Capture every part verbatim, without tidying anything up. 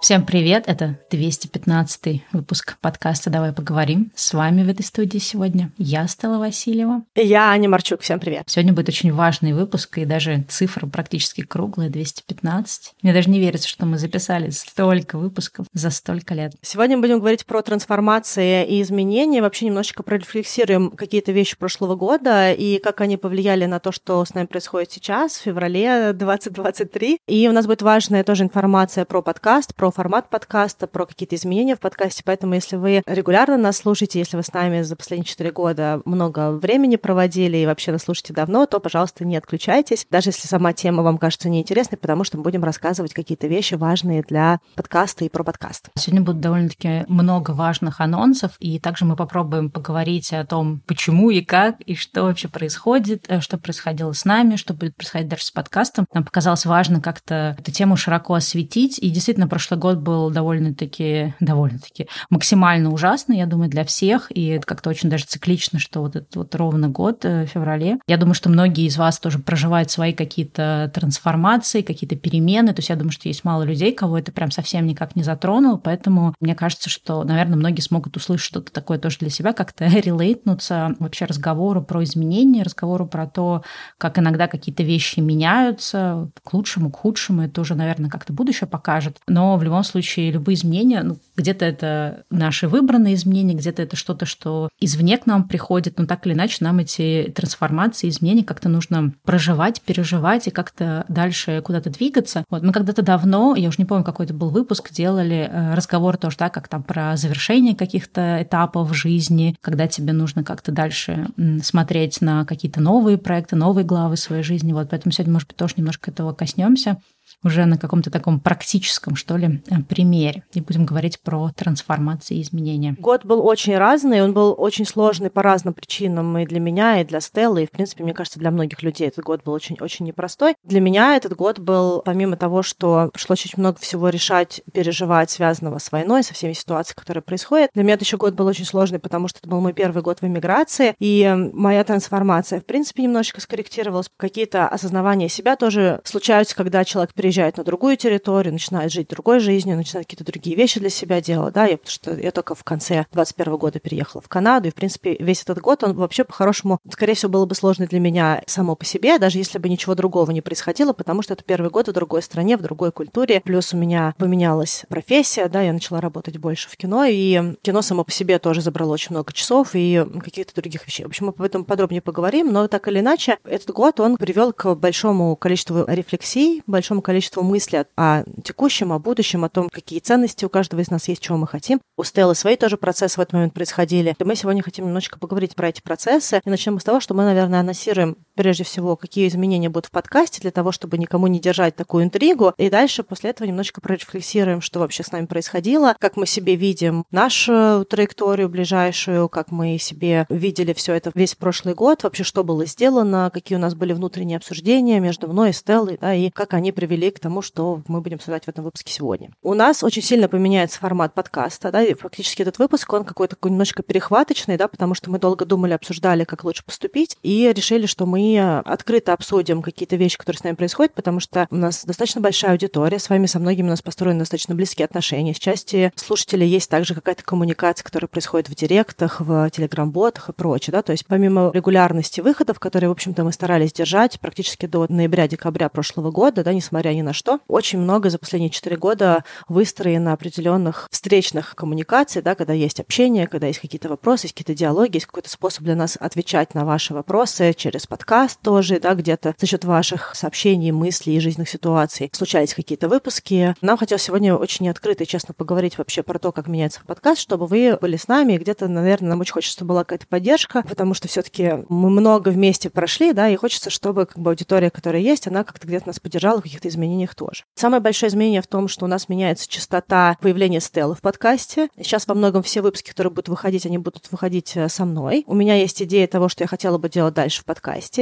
Всем привет, это двести пятнадцатый выпуск подкаста «Давай поговорим». С вами в этой студии сегодня я, Стелла Васильева. И я, Аня Марчук. Всем привет. Сегодня будет очень важный выпуск, и даже цифра практически круглая, двести пятнадцать. Мне даже не верится, что мы записали столько выпусков за столько лет. Сегодня мы будем говорить про трансформации и изменения, вообще немножечко прорефлексируем какие-то вещи прошлого года и как они повлияли на то, что с нами происходит сейчас, в феврале двадцать двадцать три. И у нас будет важная тоже информация про подкаст, про формат подкаста, про какие-то изменения в подкасте, поэтому если вы регулярно нас слушаете, если вы с нами за последние четыре года много времени проводили и вообще нас слушаете давно, то, пожалуйста, не отключайтесь, даже если сама тема вам кажется неинтересной, потому что мы будем рассказывать какие-то вещи важные для подкаста и про подкаст. Сегодня будет довольно-таки много важных анонсов, и также мы попробуем поговорить о том, почему и как, и что вообще происходит, что происходило с нами, что будет происходить дальше с подкастом. Нам показалось важно как-то эту тему широко осветить, и действительно прошлый год был довольно-таки, довольно-таки максимально ужасный, я думаю, для всех, и это как-то очень даже циклично, что вот этот вот ровно год в феврале. Я думаю, что многие из вас тоже проживают свои какие-то трансформации, какие-то перемены, то есть я думаю, что есть мало людей, кого это прям совсем никак не затронуло, поэтому мне кажется, что, наверное, многие смогут услышать что-то такое тоже для себя, как-то релейтнуться вообще разговору про изменения, разговору про то, как иногда какие-то вещи меняются к лучшему, к худшему, это уже, наверное, как-то будущее покажет, но в любом случае любые изменения, ну, где-то это наши выбранные изменения, где-то это что-то, что извне к нам приходит, но так или иначе нам эти трансформации, изменения как-то нужно проживать, переживать и как-то дальше куда-то двигаться. Вот мы когда-то давно, я уже не помню, какой это был выпуск, делали разговор тоже, да, как там про завершение каких-то этапов в жизни, когда тебе нужно как-то дальше смотреть на какие-то новые проекты, новые главы своей жизни. Вот поэтому сегодня, может быть, тоже немножко этого коснемся, уже на каком-то таком практическом, что ли, примере. И будем говорить про трансформации и изменения. Год был очень разный, он был очень сложный по разным причинам и для меня, и для Стеллы, и, в принципе, мне кажется, для многих людей этот год был очень-очень непростой. Для меня этот год был, помимо того, что пришлось очень много всего решать, переживать, связанного с войной, со всеми ситуациями, которые происходят, для меня этот еще год был очень сложный, потому что это был мой первый год в эмиграции, и моя трансформация, в принципе, немножечко скорректировалась. Какие-то осознавания себя тоже случаются, когда человек переезжает на другую территорию, начинает жить другой жизнью, начинает какие-то другие вещи для себя делать, да, я, потому что я только в конце двадцать первого года переехала в Канаду, и, в принципе, весь этот год, он вообще, по-хорошему, скорее всего, было бы сложный для меня само по себе, даже если бы ничего другого не происходило, потому что это первый год в другой стране, в другой культуре, плюс у меня поменялась профессия, да, я начала работать больше в кино, и кино само по себе тоже забрало очень много часов и каких-то других вещей. В общем, мы об этом подробнее поговорим, но так или иначе, этот год, он привел к большому количеству рефлексий, большому количеству мысли о текущем, о будущем, о том, какие ценности у каждого из нас есть, чего мы хотим. У Стеллы свои тоже процессы в этот момент происходили. И мы сегодня хотим немножечко поговорить про эти процессы. И начнем с того, что мы, наверное, анонсируем прежде всего, какие изменения будут в подкасте, для того, чтобы никому не держать такую интригу. И дальше после этого немножечко прорефлексируем, что вообще с нами происходило, как мы себе видим нашу траекторию ближайшую, как мы себе видели все это весь прошлый год, вообще что было сделано, какие у нас были внутренние обсуждения между мной и Стеллой, да, и как они привели к тому, что мы будем обсуждать в этом выпуске сегодня. У нас очень сильно поменяется формат подкаста, да, и фактически этот выпуск, он какой-то такой немножко перехваточный, да, потому что мы долго думали, обсуждали, как лучше поступить, и решили, что мы открыто обсудим какие-то вещи, которые с нами происходят, потому что у нас достаточно большая аудитория, с вами, со многими у нас построены достаточно близкие отношения. С части слушателей есть также какая-то коммуникация, которая происходит в директах, в телеграм-ботах и прочее, да, то есть помимо регулярности выходов, которые, в общем-то, мы старались держать практически до ноября-декабря прошлого года, да, несмотря ни на что, очень много за последние четыре года выстроено определенных встречных коммуникаций, да, когда есть общение, когда есть какие-то вопросы, есть какие-то диалоги, есть какой-то способ для нас отвечать на ваши вопросы через подкаст тоже, да, где-то за счет ваших сообщений, мыслей и жизненных ситуаций случались какие-то выпуски. Нам хотелось сегодня очень открыто и честно поговорить вообще про то, как меняется подкаст, чтобы вы были с нами, и где-то, наверное, нам очень хочется, чтобы была какая-то поддержка, потому что все-таки мы много вместе прошли, да, и хочется, чтобы как бы аудитория, которая есть, она как-то где-то нас поддержала в каких-то изменениях тоже. Самое большое изменение в том, что у нас меняется частота появления Стеллы в подкасте. Сейчас во многом все выпуски, которые будут выходить, они будут выходить со мной. У меня есть идея того, что я хотела бы делать дальше в подкасте.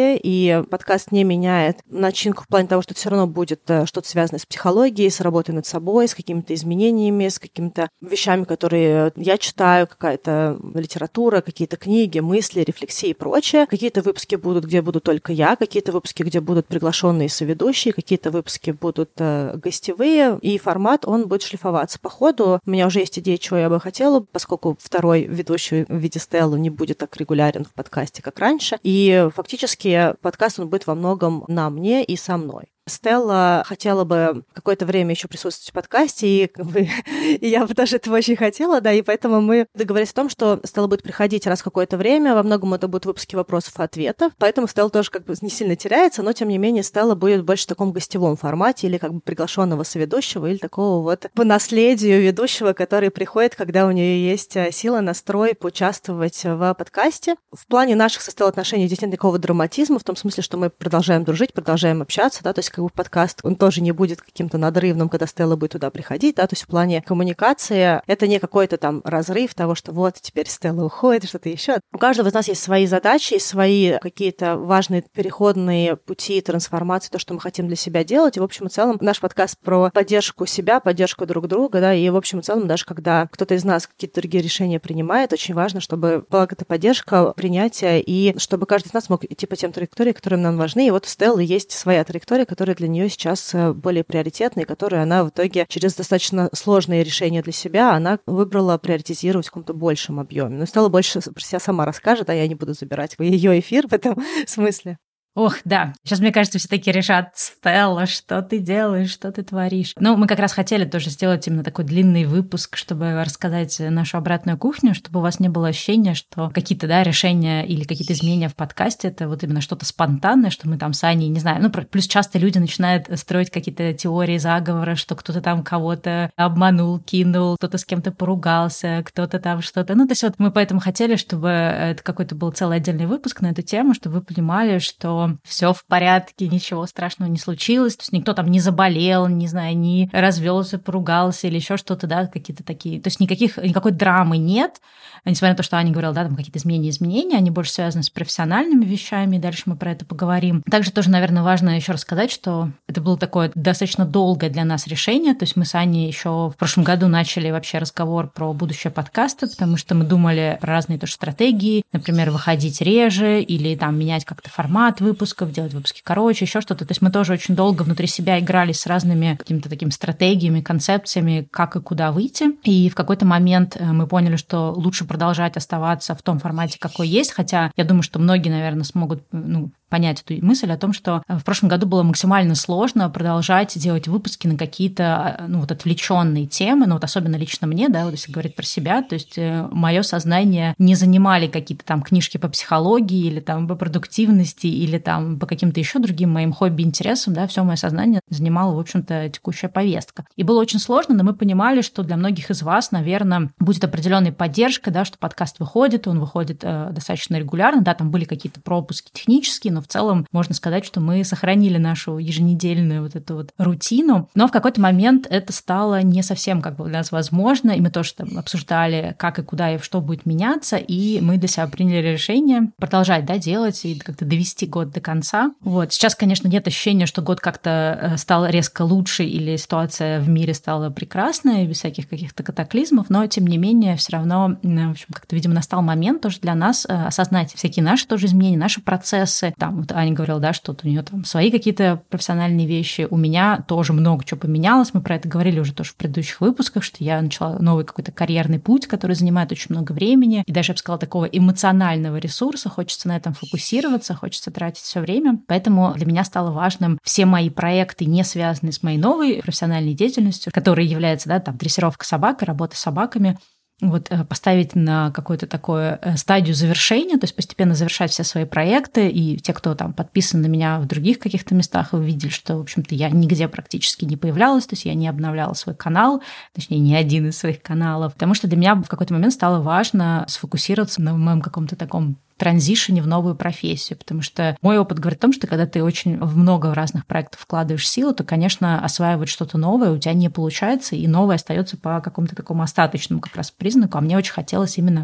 подкасте, и подкаст не меняет начинку в плане того, что это все равно будет что-то связанное с психологией, с работой над собой, с какими-то изменениями, с какими-то вещами, которые я читаю, какая-то литература, какие-то книги, мысли, рефлексии и прочее. Какие-то выпуски будут, где буду только я, какие-то выпуски, где будут приглашенные соведущие, какие-то выпуски будут э, гостевые, и формат, он будет шлифоваться. По ходу у меня уже есть идея, чего я бы хотела, поскольку второй ведущий в виде Стеллы не будет так регулярен в подкасте, как раньше. И фактически подкаст, он будет во многом на мне и со мной. Стелла хотела бы какое-то время еще присутствовать в подкасте, и, как бы, и я бы тоже этого очень хотела, да, и поэтому мы договорились о том, что Стелла будет приходить раз в какое-то время, во многом это будут выпуски вопросов и ответов, поэтому Стелла тоже как бы не сильно теряется, но тем не менее Стелла будет больше в таком гостевом формате или как бы приглашенного соведущего, или такого вот по наследию ведущего, который приходит, когда у нее есть сила, настрой поучаствовать в подкасте. В плане наших со Стеллой отношений здесь нет никакого драматизма, в том смысле, что мы продолжаем дружить, продолжаем общаться, да, то есть как бы подкаст, он тоже не будет каким-то надрывным, когда Стелла будет туда приходить, да, то есть в плане коммуникации это не какой-то там разрыв того, что вот теперь Стелла уходит, что-то еще. У каждого из нас есть свои задачи, свои какие-то важные переходные пути трансформации, то, что мы хотим для себя делать, и в общем и целом наш подкаст про поддержку себя, поддержку друг друга, да, и в общем и целом даже когда кто-то из нас какие-то другие решения принимает, очень важно, чтобы была эта поддержка, принятие, и чтобы каждый из нас мог идти по тем траекториям, которые нам важны, и вот у Стеллы есть своя траектория, которая для нее сейчас более приоритетные, которые она в итоге через достаточно сложные решения для себя, она выбрала приоритизировать в каком-то большем объеме. Но Стелла больше про себя сама расскажет, а я не буду забирать ее эфир в этом смысле. Ох, да. Сейчас, мне кажется, все таки решат: Стелла, что ты делаешь, что ты творишь? Ну, мы как раз хотели тоже сделать именно такой длинный выпуск, чтобы рассказать нашу обратную кухню, чтобы у вас не было ощущения, что какие-то, да, решения или какие-то изменения в подкасте — это вот именно что-то спонтанное, что мы там с Аней, не знаю, ну, плюс часто люди начинают строить какие-то теории заговора, что кто-то там кого-то обманул, кинул, кто-то с кем-то поругался, кто-то там что-то. Ну, то есть вот мы поэтому хотели, чтобы это какой-то был целый отдельный выпуск на эту тему, чтобы вы понимали, что все в порядке, ничего страшного не случилось, то есть никто там не заболел, не знаю, не развелся, поругался или еще что-то, да, какие-то такие, то есть никаких, никакой драмы нет, несмотря на то, что Аня говорила, да, там какие-то изменения, изменения, они больше связаны с профессиональными вещами, и дальше мы про это поговорим. Также тоже, наверное, важно еще рассказать, что это было такое достаточно долгое для нас решение, то есть мы с Аней еще в прошлом году начали вообще разговор про будущее подкаста, потому что мы думали про разные тоже стратегии, например, выходить реже или там менять как-то формат выпусков, делать выпуски короче, еще что-то. То есть мы тоже очень долго внутри себя играли с разными какими-то такими стратегиями, концепциями, как и куда выйти. И в какой-то момент мы поняли, что лучше продолжать оставаться в том формате, какой есть, хотя я думаю, что многие, наверное, смогут, ну, понять эту мысль о том, что в прошлом году было максимально сложно продолжать делать выпуски на какие-то, ну, вот отвлеченные темы, ну, вот особенно лично мне, да, вот если говорить про себя, то есть мое сознание не занимали какие-то там книжки по психологии или там по продуктивности или там по каким-то еще другим моим хобби, интересам, да, все мое сознание занимало, в общем-то, текущая повестка. И было очень сложно, но мы понимали, что для многих из вас, наверное, будет определенная поддержка, да, что подкаст выходит, он выходит э, достаточно регулярно, да, там были какие-то пропуски технические, но в целом можно сказать, что мы сохранили нашу еженедельную вот эту вот рутину, но в какой-то момент это стало не совсем как бы для нас возможно, и мы тоже там обсуждали, как и куда и что будет меняться, и мы для себя приняли решение продолжать, да, делать и как-то довести год до конца. Вот. Сейчас, конечно, нет ощущения, что год как-то стал резко лучше или ситуация в мире стала прекрасной, без всяких каких-то катаклизмов, но, тем не менее, все равно, в общем, как-то, видимо, настал момент тоже для нас осознать всякие наши тоже изменения, наши процессы. Там вот Аня говорила, да, что у нее там свои какие-то профессиональные вещи, у меня тоже много чего поменялось, мы про это говорили уже тоже в предыдущих выпусках, что я начала новый какой-то карьерный путь, который занимает очень много времени, и даже, я бы сказала, такого эмоционального ресурса, хочется на этом фокусироваться, хочется тратить все время, поэтому для меня стало важным все мои проекты, не связанные с моей новой профессиональной деятельностью, которая является, да, там, дрессировка собак, работа с собаками, вот поставить на какую-то такую стадию завершения, то есть постепенно завершать все свои проекты, и те, кто там подписан на меня в других каких-то местах, вы видели, что, в общем-то, я нигде практически не появлялась, то есть я не обновляла свой канал, точнее, ни один из своих каналов, потому что для меня в какой-то момент стало важно сфокусироваться на моем каком-то таком транзишене в новую профессию, потому что мой опыт говорит о том, что когда ты очень в много разных проектов вкладываешь силу, то, конечно, осваивать что-то новое у тебя не получается, и новое остается по какому-то такому остаточному как раз признаку, а мне очень хотелось именно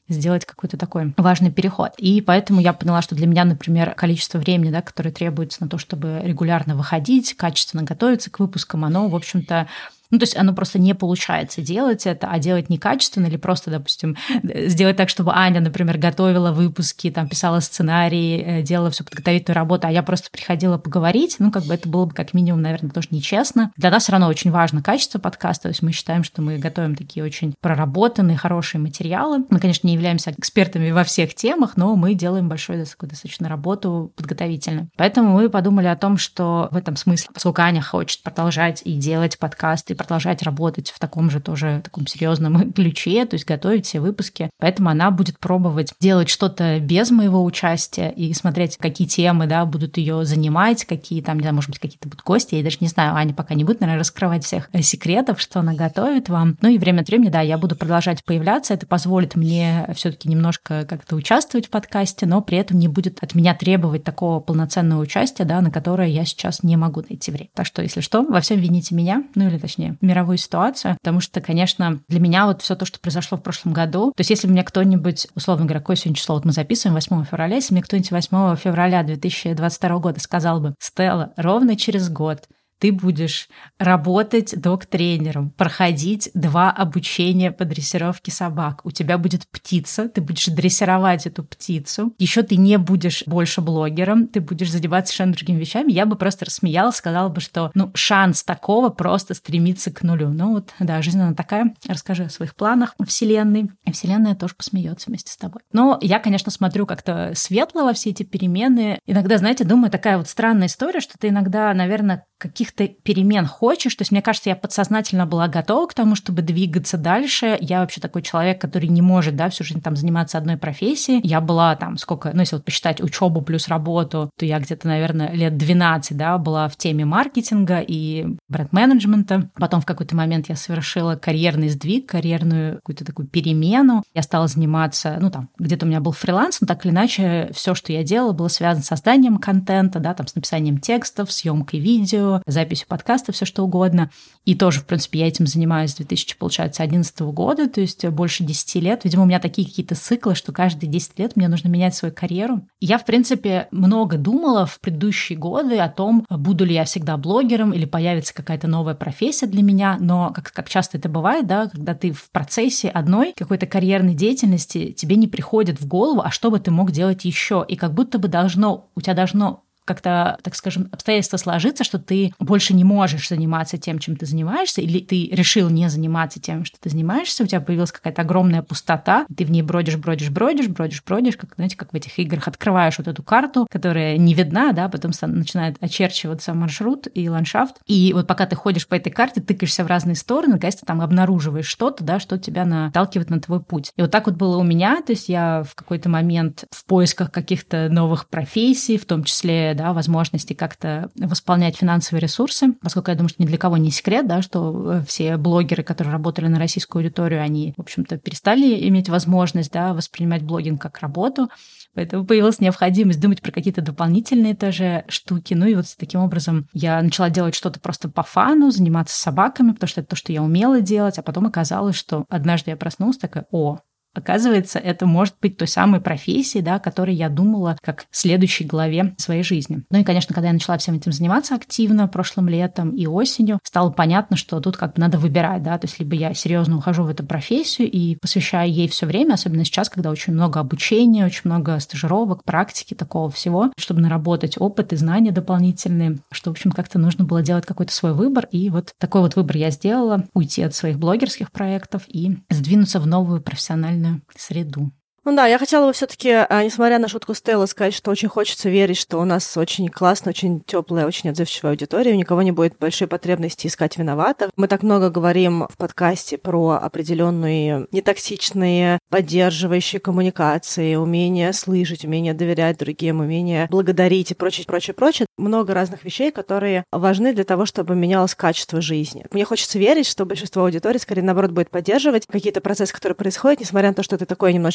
сделать какой-то такой важный переход. И поэтому я поняла, что для меня, например, количество времени, да, которое требуется на то, чтобы регулярно выходить, качественно готовиться к выпускам, оно, в общем-то, ну, то есть оно просто не получается делать это, а делать некачественно или просто, допустим, сделать так, чтобы Аня, например, готовила выпуски, там, писала сценарии, делала всю подготовительную работу, а я просто приходила поговорить, ну, как бы это было бы как минимум, наверное, тоже нечестно. Для нас все равно очень важно качество подкаста, то есть мы считаем, что мы готовим такие очень проработанные, хорошие материалы. Мы, конечно, не являемся экспертами во всех темах, но мы делаем большую достаточно работу подготовительную. Поэтому мы подумали о том, что в этом смысле, поскольку Аня хочет продолжать и делать подкасты, продолжать работать в таком же тоже таком серьезном ключе, то есть готовить все выпуски. Поэтому она будет пробовать делать что-то без моего участия и смотреть, какие темы, да, будут ее занимать, какие там, не знаю, может быть, какие-то будут гости. Я даже не знаю, Аня пока не будет, наверное, раскрывать всех секретов, что она готовит вам. Ну и время от времени, да, я буду продолжать появляться. Это позволит мне все-таки немножко как-то участвовать в подкасте, но при этом не будет от меня требовать такого полноценного участия, да, на которое я сейчас не могу найти время. Так что, если что, во всем вините меня, ну или точнее мировую ситуацию, потому что, конечно, для меня вот все то, что произошло в прошлом году, то есть если бы мне кто-нибудь, условно говоря, какое сегодня число, вот мы записываем восьмого февраля, если мне кто-нибудь восьмого февраля две тысячи двадцать второго года сказал бы: Стелла, ровно через год ты будешь работать док-тренером, проходить два обучения по дрессировке собак. У тебя будет птица, ты будешь дрессировать эту птицу. Еще ты не будешь больше блогером, ты будешь заниматься совершенно другими вещами. Я бы просто рассмеялась, сказала бы, что ну, шанс такого просто стремиться к нулю. Ну вот, да, жизнь она такая. Расскажи о своих планах Вселенной, и Вселенная тоже посмеется вместе с тобой. Но я, конечно, смотрю как-то светло во все эти перемены. Иногда, знаете, думаю, такая вот странная история, что ты иногда, наверное, каких-то перемен хочешь. То есть, мне кажется, я подсознательно была готова к тому, чтобы двигаться дальше. Я вообще такой человек, который не может, да, всю жизнь там заниматься одной профессией. Я была там сколько, ну, если вот посчитать учебу плюс работу, то я где-то, наверное, лет двенадцать, да, была в теме маркетинга и бренд-менеджмента. Потом в какой-то момент я совершила карьерный сдвиг, карьерную какую-то такую перемену. Я стала заниматься, ну, там, где-то у меня был фриланс, но так или иначе все, что я делала, было связано с созданием контента, да, там, с написанием текстов, съемкой видео, записью подкаста, все что угодно. И тоже, в принципе, я этим занимаюсь с две тысячи одиннадцатого года, то есть больше десяти лет. Видимо, у меня такие какие-то циклы, что каждые десять лет мне нужно менять свою карьеру. И я, в принципе, много думала в предыдущие годы о том, буду ли я всегда блогером или появится какая-то новая профессия для меня. Но, как, как часто это бывает, да, когда ты в процессе одной какой-то карьерной деятельности, тебе не приходит в голову, а что бы ты мог делать еще. И как будто бы должно, у тебя должно как-то, так скажем, обстоятельства сложиться, что ты больше не можешь заниматься тем, чем ты занимаешься, или ты решил не заниматься тем, что ты занимаешься, у тебя появилась какая-то огромная пустота, ты в ней бродишь, бродишь, бродишь, бродишь, бродишь, как, знаете, как в этих играх открываешь вот эту карту, которая не видна, да, потом начинает очерчиваться маршрут и ландшафт, и вот пока ты ходишь по этой карте, тыкаешься в разные стороны, наконец ты там обнаруживаешь что-то, да, что тебя наталкивает на твой путь. И вот так вот было у меня, то есть я в какой-то момент в поисках каких-то новых профессий, в том числе, да, возможности как-то восполнять финансовые ресурсы, поскольку я думаю, что ни для кого не секрет, да, что все блогеры, которые работали на российскую аудиторию, они, в общем-то, перестали иметь возможность, да, воспринимать блогинг как работу, поэтому появилась необходимость думать про какие-то дополнительные тоже штуки, ну и вот таким образом я начала делать что-то просто по фану, заниматься собаками, потому что это то, что я умела делать, а потом оказалось, что однажды я проснулась такая: о, оказывается, это может быть той самой профессией, да, о которой я думала как следующей главе своей жизни. Ну и, конечно, когда я начала всем этим заниматься активно прошлым летом и осенью, стало понятно, что тут как бы надо выбирать, да, то есть либо я серьезно ухожу в эту профессию и посвящаю ей все время, особенно сейчас, когда очень много обучения, очень много стажировок, практики, такого всего, чтобы наработать опыт и знания дополнительные, что, в общем, как-то нужно было делать какой-то свой выбор, и вот такой вот выбор я сделала: уйти от своих блогерских проектов и сдвинуться в новую профессиональную среду. Ну да, я хотела бы все-таки, несмотря на шутку Стеллы, сказать, что очень хочется верить, что у нас очень классная, очень теплая, очень отзывчивая аудитория, у никого не будет большой потребности искать виноватых. Мы так много говорим в подкасте про определенные нетоксичные, поддерживающие коммуникации, умение слышать, умение доверять другим, умение благодарить и прочее, прочее, прочее. Много разных вещей, которые важны для того, чтобы менялось качество жизни. Мне хочется верить, что большинство аудитории, скорее, наоборот, будет поддерживать какие-то процессы, которые происходят, несмотря на то, что это такое немножечко bitter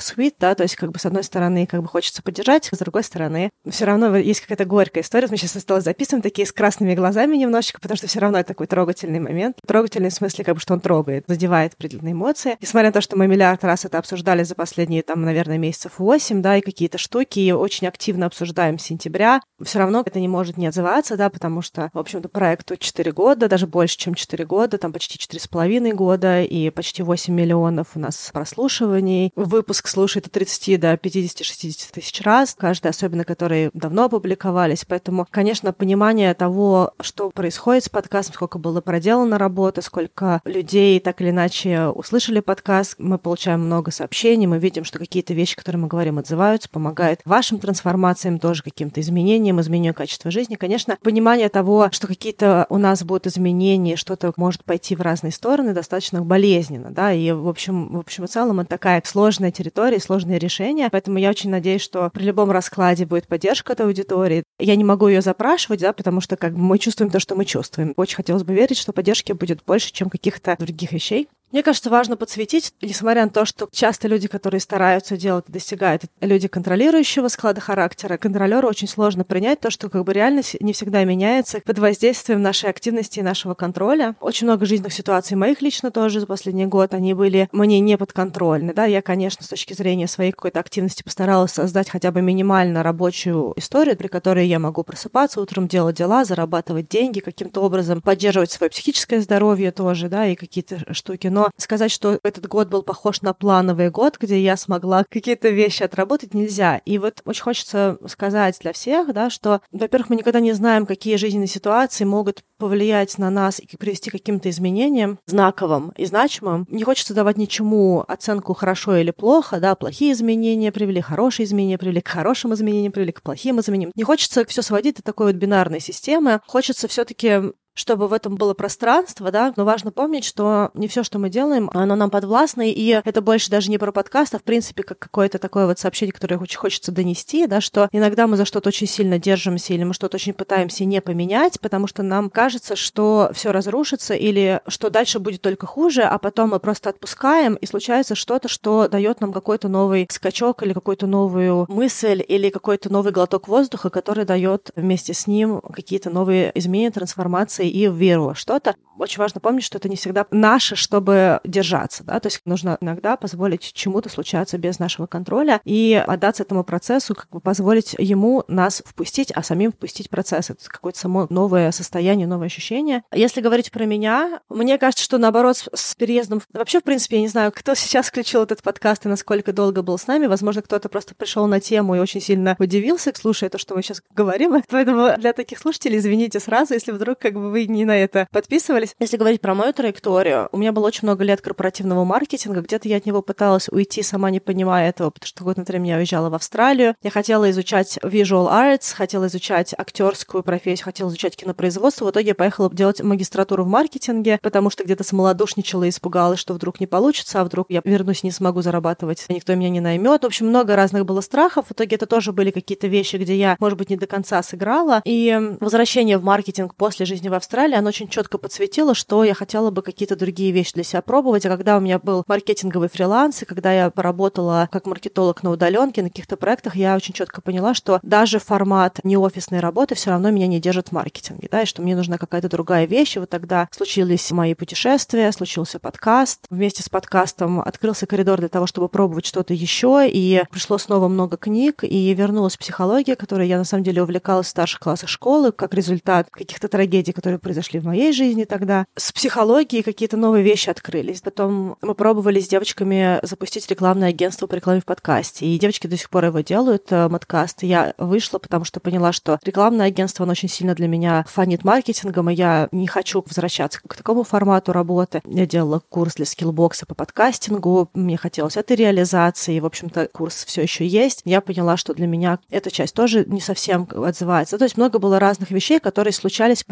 bittersweet, да, то есть как бы с одной стороны как бы хочется поддержать, с другой стороны все равно есть какая-то горькая история. Мы сейчас осталось записываем такие с красными глазами немножечко, потому что все равно это такой трогательный момент. Трогательный в смысле, как бы, что он трогает, задевает определенные эмоции. Несмотря на то, что мы миллиард раз это обсуждали за последние, там, наверное, месяцев восемь, да, и какие-то штуки, и очень активно обсуждаем с сентября, все равно это не может не отзываться, да, потому что, в общем-то, проекту четыре года, даже больше, чем четыре года, там почти четыре с половиной года, и почти восемь миллионов у нас прослушиваний. Выпуск слушает от тридцати до пятидесяти-шестидесяти тысяч раз, каждый, особенно которые давно опубликовались. Поэтому, конечно, понимание того, что происходит с подкастом, сколько было проделано работы, сколько людей так или иначе услышали подкаст, мы получаем много сообщений, мы видим, что какие-то вещи, которые мы говорим, отзываются, помогают вашим трансформациям, тоже каким-то изменениям, изменению качества жизни. Конечно, понимание того, что какие-то у нас будут изменения, что-то может пойти в разные стороны, достаточно болезненно, да, и в общем, в общем и целом это такая сложная территория, сложные решения, поэтому я очень надеюсь, что при любом раскладе будет поддержка от аудитории. Я не могу ее запрашивать, да, потому что как бы мы чувствуем то, что мы чувствуем. Очень хотелось бы верить, что поддержки будет больше, чем каких-то других вещей. Мне кажется, важно подсветить, несмотря на то, что часто люди, которые стараются делать и достигают, люди контролирующего склада характера, контролеру очень сложно принять то, что как бы реальность не всегда меняется под воздействием нашей активности и нашего контроля. Очень много жизненных ситуаций моих лично тоже за последний год, они были мне не подконтрольны. Да? Я, конечно, с точки зрения своей какой-то активности постаралась создать хотя бы минимально рабочую историю, при которой я могу просыпаться утром, делать дела, зарабатывать деньги, каким-то образом поддерживать свое психическое здоровье тоже, да, и какие-то штуки. Но сказать, что этот год был похож на плановый год, где я смогла какие-то вещи отработать, нельзя. И вот очень хочется сказать для всех, да, что, во-первых, мы никогда не знаем, какие жизненные ситуации могут повлиять на нас и привести к каким-то изменениям знаковым и значимым. Не хочется давать ничему оценку хорошо или плохо, да, плохие изменения привели, хорошие изменения привели, к хорошим изменениям привели, к плохим изменениям. Не хочется все сводить до такой вот бинарной системы. Хочется все-таки, чтобы в этом было пространство, да, но важно помнить, что не все, что мы делаем, оно нам подвластно, и это больше даже не про подкаст, а в принципе как какое-то такое вот сообщение, которое очень хочется донести, да, что иногда мы за что-то очень сильно держимся, или мы что-то очень пытаемся не поменять, потому что нам кажется, что все разрушится, или что дальше будет только хуже, а потом мы просто отпускаем, и случается что-то, что дает нам какой-то новый скачок, или какую-то новую мысль, или какой-то новый глоток воздуха, который дает вместе с ним какие-то новые изменения, трансформации, и веру во что-то. Очень важно помнить, что это не всегда наше, чтобы держаться, да, то есть нужно иногда позволить чему-то случаться без нашего контроля и отдаться этому процессу, как бы позволить ему нас впустить, а самим впустить процесс. Это какое-то само новое состояние, новое ощущение. Если говорить про меня, мне кажется, что наоборот с, с переездом... Вообще, в принципе, я не знаю, кто сейчас включил этот подкаст и насколько долго был с нами. Возможно, кто-то просто пришел на тему и очень сильно удивился, слушая то, что мы сейчас говорим. Поэтому для таких слушателей извините сразу, если вдруг как бы вы не на это подписывались. Если говорить про мою траекторию, у меня было очень много лет корпоративного маркетинга, где-то я от него пыталась уйти, сама не понимая этого, потому что год на три я уезжала в Австралию. Я хотела изучать visual arts, хотела изучать актерскую профессию, хотела изучать кинопроизводство. В итоге я поехала делать магистратуру в маркетинге, потому что где-то смолодушничала и испугалась, что вдруг не получится, а вдруг я вернусь и не смогу зарабатывать, никто меня не наймет. В общем, много разных было страхов. В итоге это тоже были какие-то вещи, где я, может быть, не до конца сыграла. И возвращение в маркетинг после жизни в Австралии, оно очень четко подсветило, что я хотела бы какие-то другие вещи для себя пробовать. А когда у меня был маркетинговый фриланс, и когда я поработала как маркетолог на удаленке, на каких-то проектах, я очень четко поняла, что даже формат неофисной работы все равно меня не держит в маркетинге, да, и что мне нужна какая-то другая вещь. И вот тогда случились мои путешествия, случился подкаст. Вместе с подкастом открылся коридор для того, чтобы пробовать что-то еще, и пришло снова много книг, и вернулась психология, которой я на самом деле увлекалась в старших классах школы, как результат каких-то трагедий, которые произошли в моей жизни тогда. С психологией какие-то новые вещи открылись. Потом мы пробовали с девочками запустить рекламное агентство по рекламе в подкасте, и девочки до сих пор его делают, Модкаст. Я вышла, потому что поняла, что рекламное агентство, оно очень сильно для меня фанит маркетингом, и я не хочу возвращаться к такому формату работы. Я делала курс для скиллбокса по подкастингу, мне хотелось этой реализации, и, в общем-то, курс все еще есть. Я поняла, что для меня эта часть тоже не совсем отзывается. То есть много было разных вещей, которые случались параллельно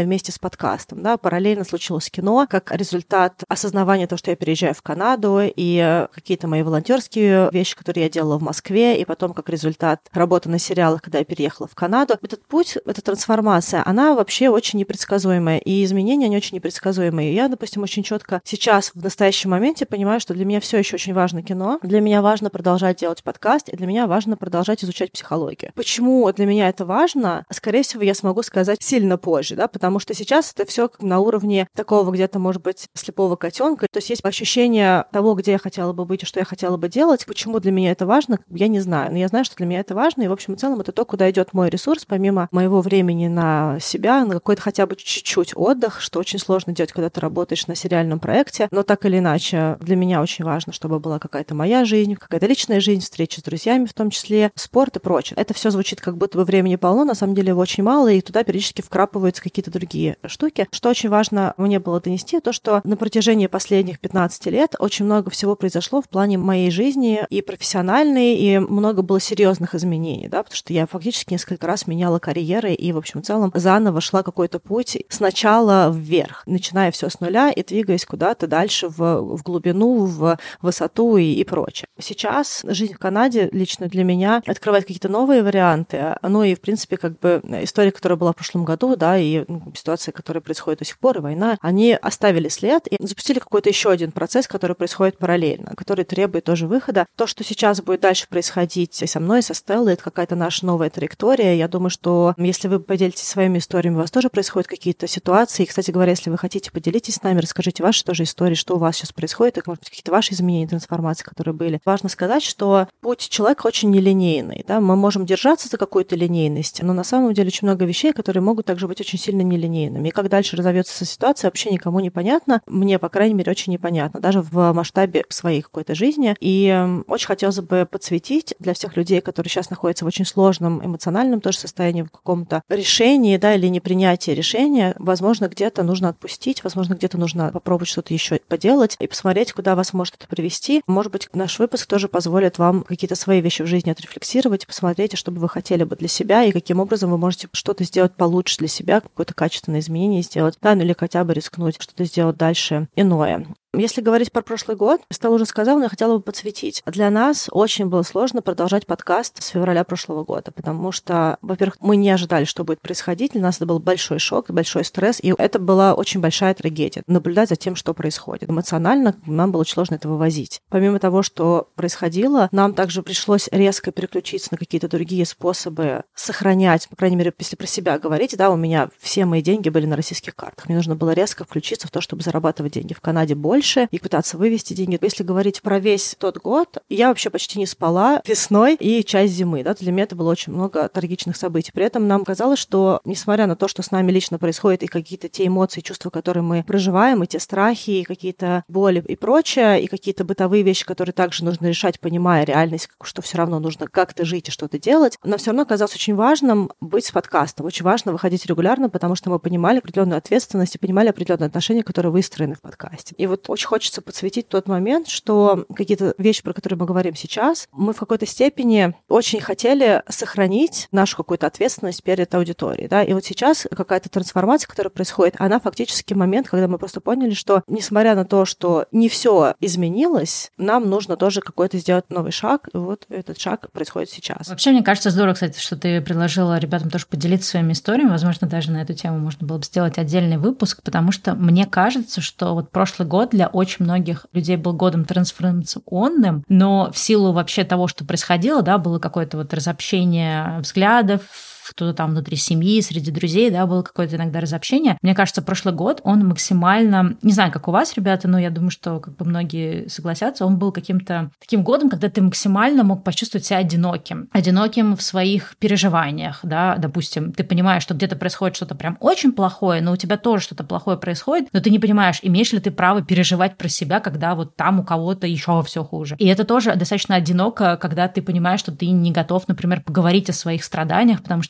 вместе с подкастом. Да? Параллельно случилось кино, как результат осознавания того, что я переезжаю в Канаду, и какие-то мои волонтерские вещи, которые я делала в Москве, и потом как результат работы на сериалах, когда я переехала в Канаду. Этот путь, эта трансформация, она вообще очень непредсказуемая, и изменения, они очень непредсказуемые. Я, допустим, очень четко сейчас, в настоящем моменте, понимаю, что для меня все еще очень важно кино, для меня важно продолжать делать подкаст, и для меня важно продолжать изучать психологию. Почему для меня это важно? Скорее всего, я смогу сказать сильно позже, да, потому что сейчас это все на уровне такого где-то, может быть, слепого котенка. То есть есть ощущение того, где я хотела бы быть и что я хотела бы делать. Почему для меня это важно, я не знаю. Но я знаю, что для меня это важно, и, в общем и целом, это то, куда идет мой ресурс, помимо моего времени на себя, на какой-то хотя бы чуть-чуть отдых, что очень сложно делать, когда ты работаешь на сериальном проекте. Но так или иначе, для меня очень важно, чтобы была какая-то моя жизнь, какая-то личная жизнь, встречи с друзьями в том числе, спорт и прочее. Это все звучит как будто бы времени полно, на самом деле его очень мало, и туда периодически вкрапываются какие-то другие штуки. Что очень важно мне было донести, то, что на протяжении последних пятнадцати лет очень много всего произошло в плане моей жизни и профессиональной, и много было серьезных изменений, да, потому что я фактически несколько раз меняла карьеры и, в общем, в целом заново шла какой-то путь сначала вверх, начиная все с нуля и двигаясь куда-то дальше в, в глубину, в высоту и, и прочее. Сейчас жизнь в Канаде лично для меня открывает какие-то новые варианты, ну и, в принципе, как бы история, которая была в прошлом году, да, и ну, ситуация, которая происходит до сих пор, и война, они оставили след и запустили какой-то еще один процесс, который происходит параллельно, который требует тоже выхода. То, что сейчас будет дальше происходить и со мной, и со Стеллой, это какая-то наша новая траектория. Я думаю, что если вы поделитесь своими историями, у вас тоже происходят какие-то ситуации. И, кстати говоря, если вы хотите, поделитесь с нами, расскажите ваши тоже истории, что у вас сейчас происходит, и, может быть, какие-то ваши изменения, трансформации, которые были. Важно сказать, что путь человека очень нелинейный. Да? Мы можем держаться за какую-то линейность, но на самом деле очень много вещей, которые могут также быть очень сильно нелинейными. И как дальше разовьется ситуация, вообще никому не понятно. Мне, по крайней мере, очень непонятно, даже в масштабе своей какой-то жизни. И очень хотелось бы подсветить для всех людей, которые сейчас находятся в очень сложном эмоциональном тоже состоянии, в каком-то решении, да, или непринятии решения. Возможно, где-то нужно отпустить, возможно, где-то нужно попробовать что-то еще поделать и посмотреть, куда вас может это привести. Может быть, наш выпуск тоже позволит вам какие-то свои вещи в жизни отрефлексировать, посмотреть, что бы вы хотели бы для себя, и каким образом вы можете что-то сделать получше для себя, какое-то качественное изменение сделать, да, ну или хотя бы рискнуть что-то сделать дальше иное. Если говорить про прошлый год, Стелла уже сказала, но я хотела бы подсветить. Для нас очень было сложно продолжать подкаст с февраля прошлого года, потому что, во-первых, мы не ожидали, что будет происходить. Для нас это был большой шок, большой стресс, и это была очень большая трагедия. Наблюдать за тем, что происходит. Эмоционально нам было очень сложно это вывозить. Помимо того, что происходило, нам также пришлось резко переключиться на какие-то другие способы сохранять, по крайней мере, если про себя говорить, да, у меня все мои деньги были на российских картах. Мне нужно было резко включиться в то, чтобы зарабатывать деньги в Канаде больше, и пытаться вывести деньги. Если говорить про весь тот год, я вообще почти не спала весной и часть зимы. Да? Для меня это было очень много трагичных событий. При этом нам казалось, что, несмотря на то, что с нами лично происходит, и какие-то те эмоции, чувства, которые мы проживаем, и те страхи, и какие-то боли и прочее, и какие-то бытовые вещи, которые также нужно решать, понимая реальность, что все равно нужно как-то жить и что-то делать, но все равно казалось очень важным быть с подкастом. Очень важно выходить регулярно, потому что мы понимали определенную ответственность и понимали определенные отношения, которые выстроены в подкасте. И вот очень хочется подсветить тот момент, что какие-то вещи, про которые мы говорим сейчас, мы в какой-то степени очень хотели сохранить нашу какую-то ответственность перед аудиторией. Да? И вот сейчас какая-то трансформация, которая происходит, она фактически момент, когда мы просто поняли, что несмотря на то, что не все изменилось, нам нужно тоже какой-то сделать новый шаг. И вот этот шаг происходит сейчас. Вообще, мне кажется, здорово, кстати, что ты предложила ребятам тоже поделиться своими историями. Возможно, даже на эту тему можно было бы сделать отдельный выпуск, потому что мне кажется, что вот прошлый год для очень многих людей был годом трансформационным, но в силу вообще того, что происходило, да, было какое-то вот разобщение взглядов, кто-то там внутри семьи, среди друзей, да, было какое-то иногда разобщение. Мне кажется, прошлый год он максимально, не знаю, как у вас, ребята, но я думаю, что как бы многие согласятся, он был каким-то таким годом, когда ты максимально мог почувствовать себя одиноким. Одиноким в своих переживаниях, да, допустим, ты понимаешь, что где-то происходит что-то прям очень плохое, но у тебя тоже что-то плохое происходит, но ты не понимаешь, имеешь ли ты право переживать про себя, когда вот там у кого-то еще все хуже. И это тоже достаточно одиноко, когда ты понимаешь, что ты не готов, например, поговорить о своих страданиях, потому что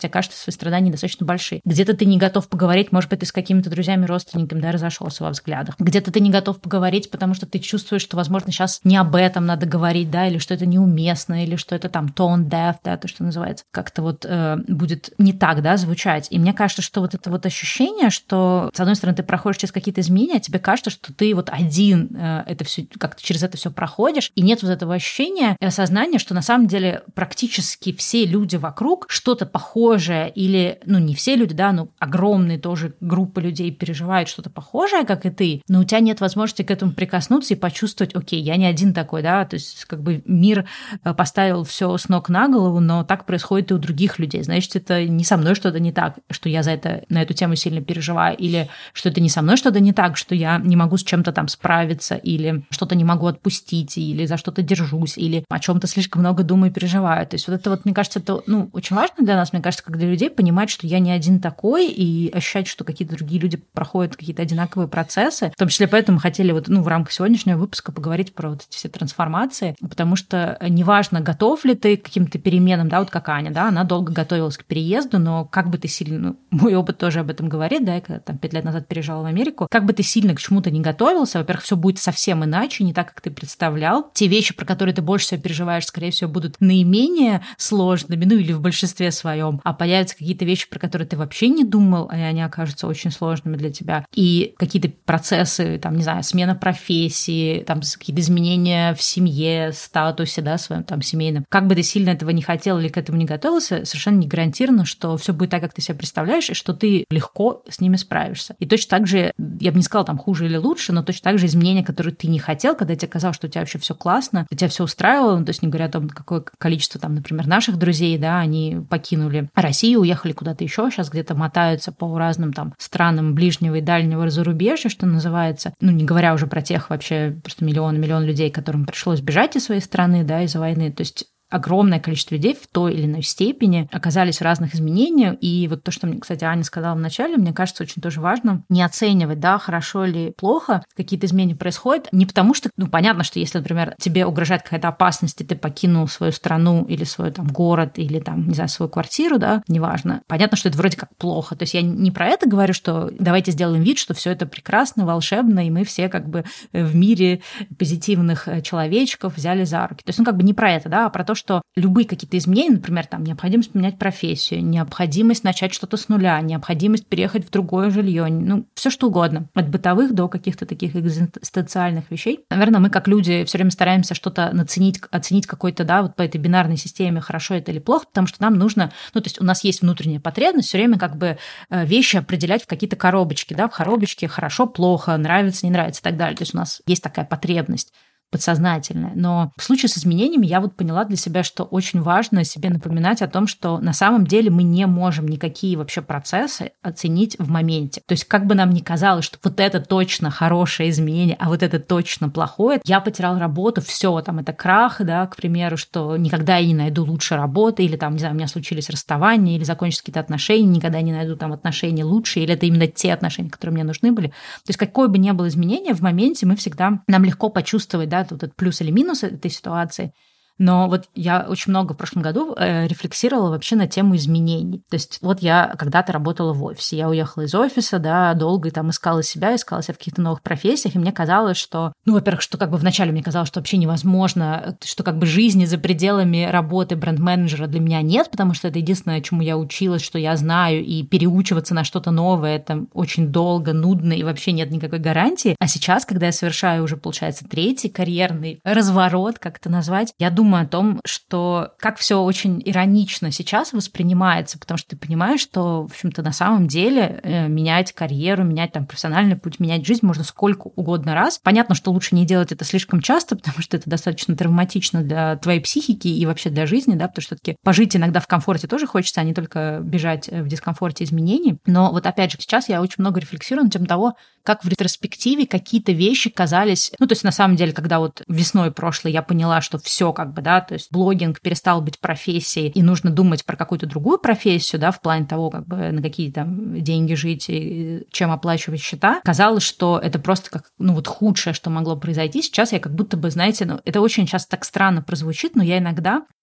тебе кажется, свои страдания достаточно большие. Где-то ты не готов поговорить, может быть, ты с какими-то друзьями, родственниками, да, разошелся во взглядах. Где-то ты не готов поговорить, потому что ты чувствуешь, что, возможно, сейчас не об этом надо говорить, да, или что это неуместно, или что это там tone deaf, да, то, что называется, как-то вот э, будет не так, да, звучать. И мне кажется, что вот это вот ощущение, что, с одной стороны, ты проходишь через какие-то изменения, а тебе кажется, что ты вот один э, это все, как-то через это все проходишь, и нет вот этого ощущения и осознания, что на самом деле практически все люди вокруг что-то похожее или, ну, не все люди, да, но огромные тоже группы людей переживают что-то похожее, как и ты, но у тебя нет возможности к этому прикоснуться и почувствовать, окей, я не один такой, да, то есть как бы мир поставил все с ног на голову, но так происходит и у других людей, значит, это не со мной что-то не так, что я за это, на эту тему сильно переживаю, или что это не со мной что-то не так, что я не могу с чем-то там справиться, или что-то не могу отпустить, или за что-то держусь, или о чем-то слишком много думаю и переживаю. То есть вот это вот, мне кажется, это, ну, очень важно для нас, мне кажется, как для людей, понимать, что я не один такой, и ощущать, что какие-то другие люди проходят какие-то одинаковые процессы. В том числе поэтому мы хотели вот, ну, в рамках сегодняшнего выпуска поговорить про вот эти все трансформации, потому что неважно, готов ли ты к каким-то переменам, да, вот как Аня, да, она долго готовилась к переезду, но как бы ты сильно, ну, мой опыт тоже об этом говорит, да, я когда там пять лет назад переезжала в Америку, как бы ты сильно к чему-то не готовился, во-первых, все будет совсем иначе, не так, как ты представлял. Те вещи, про которые ты больше всего переживаешь, скорее всего, будут наименее сложными, ну, или в большинстве своем, а появятся какие-то вещи, про которые ты вообще не думал, и они окажутся очень сложными для тебя. И какие-то процессы, там, не знаю, смена профессии, там, какие-то изменения в семье, статусе, да, своем там семейном. Как бы ты сильно этого не хотел или к этому не готовился, совершенно не гарантировано, что все будет так, как ты себе представляешь, и что ты легко с ними справишься. И точно так же, я бы не сказала там хуже или лучше, но точно так же изменения, которые ты не хотел, когда тебе казалось, что у тебя вообще все классно, у тебя все устраивало, ну, то есть не говоря о том, какое количество там, например, наших друзей, да, они покинули Россию, уехали куда-то еще, сейчас где-то мотаются по разным там странам ближнего и дальнего зарубежья, что называется, ну, не говоря уже про тех вообще просто миллион-миллион людей, которым пришлось бежать из своей страны, да, из-за войны, то есть огромное количество людей в той или иной степени оказались в разных изменениях. И вот то, что, мне, кстати, Аня сказала вначале, мне кажется, очень тоже важно не оценивать, да, хорошо или плохо какие-то изменения происходят. Не потому что, ну, понятно, что если, например, тебе угрожает какая-то опасность, и ты покинул свою страну или свой там город, или там, не знаю, свою квартиру, да, неважно. Понятно, что это вроде как плохо. То есть я не про это говорю, что давайте сделаем вид, что все это прекрасно, волшебно, и мы все как бы в мире позитивных человечков взяли за руки. То есть, ну, как бы не про это, да, а про то, что любые какие-то изменения, например, там, необходимость поменять профессию, необходимость начать что-то с нуля, необходимость переехать в другое жилье, ну, все что угодно, от бытовых до каких-то таких экзистенциальных вещей. Наверное, мы как люди все время стараемся что-то наценить, оценить какой-то, да, вот по этой бинарной системе, хорошо это или плохо, потому что нам нужно, ну, то есть у нас есть внутренняя потребность все время как бы вещи определять в какие-то коробочки, да, в коробочке хорошо, плохо, нравится, не нравится и так далее. То есть у нас есть такая потребность подсознательное. Но в случае с изменениями я вот поняла для себя, что очень важно себе напоминать о том, что на самом деле мы не можем никакие вообще процессы оценить в моменте. То есть как бы нам ни казалось, что вот это точно хорошее изменение, а вот это точно плохое, я потерял работу, все, там это крах, да, к примеру, что никогда я не найду лучше работы, или там, не знаю, у меня случились расставания, или закончились какие-то отношения, никогда не найду там отношения лучше, или это именно те отношения, которые мне нужны были. То есть какое бы ни было изменение, в моменте мы всегда, нам легко почувствовать, да, вот этот плюс или минус этой ситуации. Но вот я очень много в прошлом году э, рефлексировала вообще на тему изменений. То есть вот я когда-то работала в офисе, я уехала из офиса, да, долго и там искала себя, искала себя в каких-то новых профессиях, и мне казалось, что, ну, во-первых, что как бы вначале мне казалось, что вообще невозможно, что как бы жизни за пределами работы бренд-менеджера для меня нет, потому что это единственное, чему я училась, что я знаю, и переучиваться на что-то новое, это очень долго, нудно, и вообще нет никакой гарантии. А сейчас, когда я совершаю уже, получается, третий карьерный разворот, как это назвать, я думаю, о том, что как все очень иронично сейчас воспринимается, потому что ты понимаешь, что, в общем-то, на самом деле э, менять карьеру, менять там профессиональный путь, менять жизнь можно сколько угодно раз. Понятно, что лучше не делать это слишком часто, потому что это достаточно травматично для твоей психики и вообще для жизни, да, потому что все-таки пожить иногда в комфорте тоже хочется, а не только бежать в дискомфорте изменений. Но вот опять же, сейчас я очень много рефлексирую на тему того, как в ретроспективе какие-то вещи казались... Ну, то есть, на самом деле, когда вот весной прошлой я поняла, что все как бы, да, то есть блогинг перестал быть профессией, и нужно думать про какую-то другую профессию, да, в плане того, как бы на какие там деньги жить и чем оплачивать счета, казалось, что это просто как, ну, вот худшее, что могло произойти. Сейчас я как будто бы, знаете, ну, это очень сейчас так странно прозвучит, но я иногда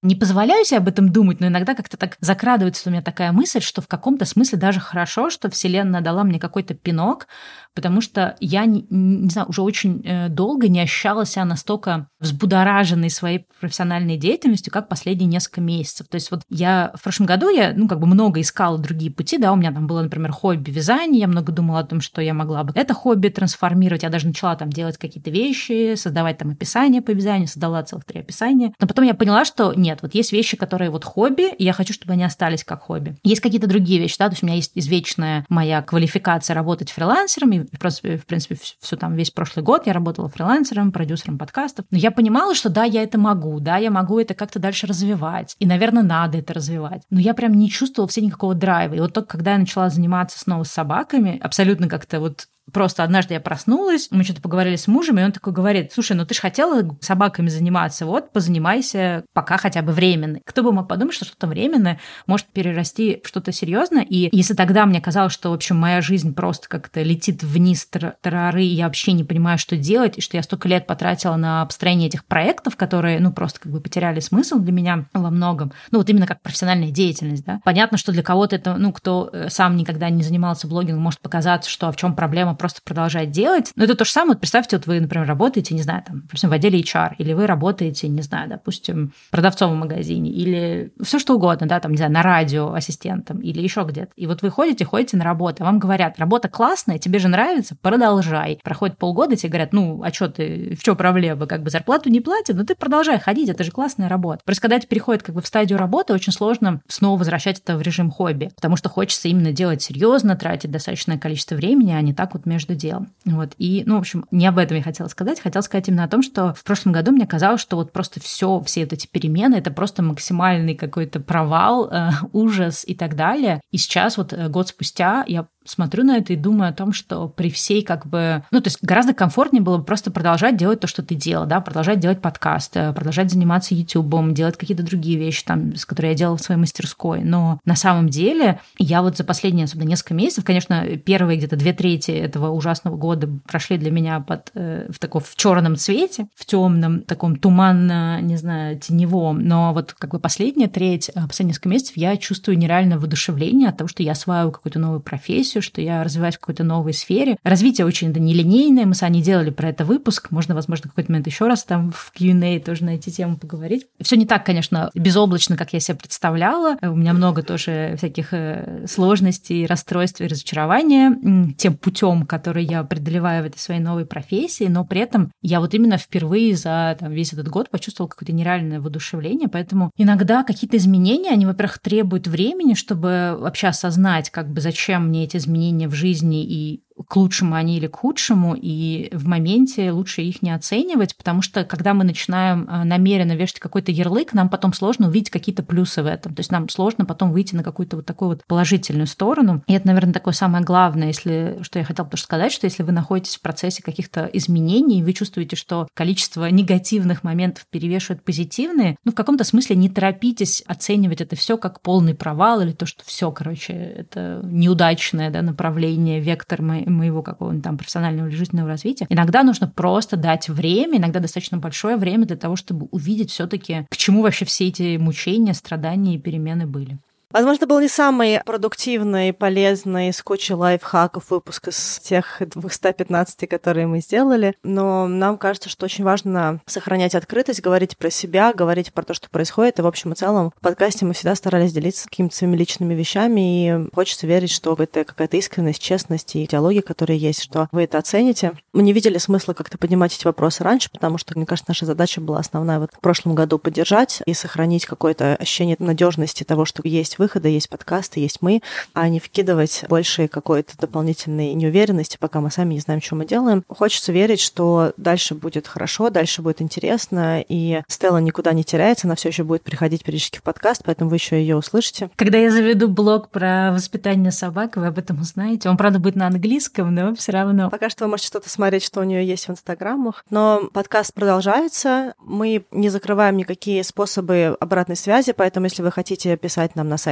не позволяю себе об этом думать, но иногда как-то так закрадывается у меня такая мысль, что в каком-то смысле даже хорошо, что Вселенная дала мне какой-то пинок, потому что я, не, не знаю, уже очень долго не ощущала себя настолько взбудораженной своей профессиональной деятельностью, как последние несколько месяцев. То есть вот я в прошлом году, я, ну, как бы много искала другие пути, да, у меня там было, например, хобби вязание, я много думала о том, что я могла бы это хобби трансформировать, я даже начала там делать какие-то вещи, создавать там описания по вязанию, создала целых три описания. Но потом я поняла, что нет, вот есть вещи, которые вот хобби, и я хочу, чтобы они остались как хобби. Есть какие-то другие вещи, да, то есть у меня есть извечная моя квалификация работать фрилансером, и просто, в принципе, все там, весь прошлый год я работала фрилансером, продюсером подкастов. Но я понимала, что да, я это могу, да, я могу это как-то дальше развивать, и, наверное, надо это развивать. Но я прям не чувствовала все никакого драйва. И вот только когда я начала заниматься снова с собаками, абсолютно как-то вот просто однажды я проснулась, мы что-то поговорили с мужем, и он такой говорит: слушай, ну ты же хотела собаками заниматься, вот позанимайся пока хотя бы временно. Кто бы мог подумать, что что-то временное может перерасти в что-то серьезное. И если тогда мне казалось, что, в общем, моя жизнь просто как-то летит вниз тарары, и я вообще не понимаю, что делать, и что я столько лет потратила на построение этих проектов, которые, ну, просто как бы потеряли смысл для меня во многом. Ну, вот именно как профессиональная деятельность, да. Понятно, что для кого-то это, ну, кто сам никогда не занимался блогингом, может показаться, что а в чем проблема просто продолжать делать. Но это то же самое. Вот представьте, вот вы, например, работаете, не знаю, там, допустим, в отделе эйч ар, или вы работаете, не знаю, допустим, продавцом в магазине, или все что угодно, да, там, не знаю, на радио ассистентом, или еще где-то. И вот вы ходите, ходите на работу, а вам говорят: работа классная, тебе же нравится, продолжай. Проходит полгода, и тебе говорят: ну, а что ты, в чем проблема? Как бы зарплату не платят, но ты продолжай ходить, это же классная работа. Просто когда это переходит как бы в стадию работы, очень сложно снова возвращать это в режим хобби, потому что хочется именно делать серьезно, тратить достаточное количество времени, а не так вот между делом. Вот. И, ну, в общем, не об этом я хотела сказать. Хотела сказать именно о том, что в прошлом году мне казалось, что вот просто все, все эти перемены — это просто максимальный какой-то провал, э, ужас и так далее. И сейчас вот год спустя я смотрю на это и думаю о том, что при всей как бы... Ну, то есть гораздо комфортнее было бы просто продолжать делать то, что ты делал, да, продолжать делать подкасты, продолжать заниматься ютубом, делать какие-то другие вещи, там, с которые я делала в своей мастерской. Но на самом деле я вот за последние, особенно несколько месяцев, конечно, первые где-то две трети этого ужасного года прошли для меня под, э, в таком в черном цвете, в темном, таком туманно, не знаю, теневом. Но вот как бы последняя треть, последние несколько месяцев я чувствую нереальное воодушевление от того, что я осваиваю какую-то новую профессию, что я развиваюсь в какой-то новой сфере. Развитие очень да, нелинейное. Мы с Аней делали про это выпуск. Можно, возможно, в какой-то момент еще раз там в кью энд эй тоже на эти темы поговорить. Все не так, конечно, безоблачно, как я себе представляла. У меня много тоже всяких сложностей, расстройств и разочарования тем путем, который я преодолеваю в этой своей новой профессии. Но при этом я вот именно впервые за там, весь этот год почувствовала какое-то нереальное воодушевление. Поэтому иногда какие-то изменения, они, во-первых, требуют времени, чтобы вообще осознать, как бы, зачем мне эти изменения в жизни и к лучшему они или к худшему, и в моменте лучше их не оценивать, потому что когда мы начинаем намеренно вешать какой-то ярлык, нам потом сложно увидеть какие-то плюсы в этом. То есть нам сложно потом выйти на какую-то вот такую вот положительную сторону. И это, наверное, такое самое главное, если, что я хотела тоже сказать, что если вы находитесь в процессе каких-то изменений, и вы чувствуете, что количество негативных моментов перевешивает позитивные, ну, в каком-то смысле не торопитесь оценивать это все как полный провал или то, что все, короче, это неудачное, да, направление, вектор моей моего какого-нибудь там профессионального или жизненного развития. Иногда нужно просто дать время, иногда достаточно большое время для того, чтобы увидеть все-таки, к чему вообще все эти мучения, страдания и перемены были. Возможно, был не самый продуктивный, полезный, с кучей лайфхаков выпуск из тех двести пятнадцать, которые мы сделали, но нам кажется, что очень важно сохранять открытость, говорить про себя, говорить про то, что происходит, и в общем и целом в подкасте мы всегда старались делиться какими-то своими личными вещами, и хочется верить, что это какая-то искренность, честность и диалоги, которые есть, что вы это оцените. Мы не видели смысла как-то поднимать эти вопросы раньше, потому что, мне кажется, наша задача была основная вот в прошлом году поддержать и сохранить какое-то ощущение надежности того, что есть выхода, есть подкасты, есть мы, а не вкидывать больше какой-то дополнительной неуверенности, пока мы сами не знаем, что мы делаем. Хочется верить, что дальше будет хорошо, дальше будет интересно, и Стелла никуда не теряется, она все еще будет приходить периодически в подкаст, поэтому вы еще ее услышите. Когда я заведу блог про воспитание собак, вы об этом узнаете. Он, правда, будет на английском, но все равно. Пока что вы можете что-то смотреть, что у нее есть в инстаграмах, но подкаст продолжается. Мы не закрываем никакие способы обратной связи, поэтому если вы хотите писать нам на сайте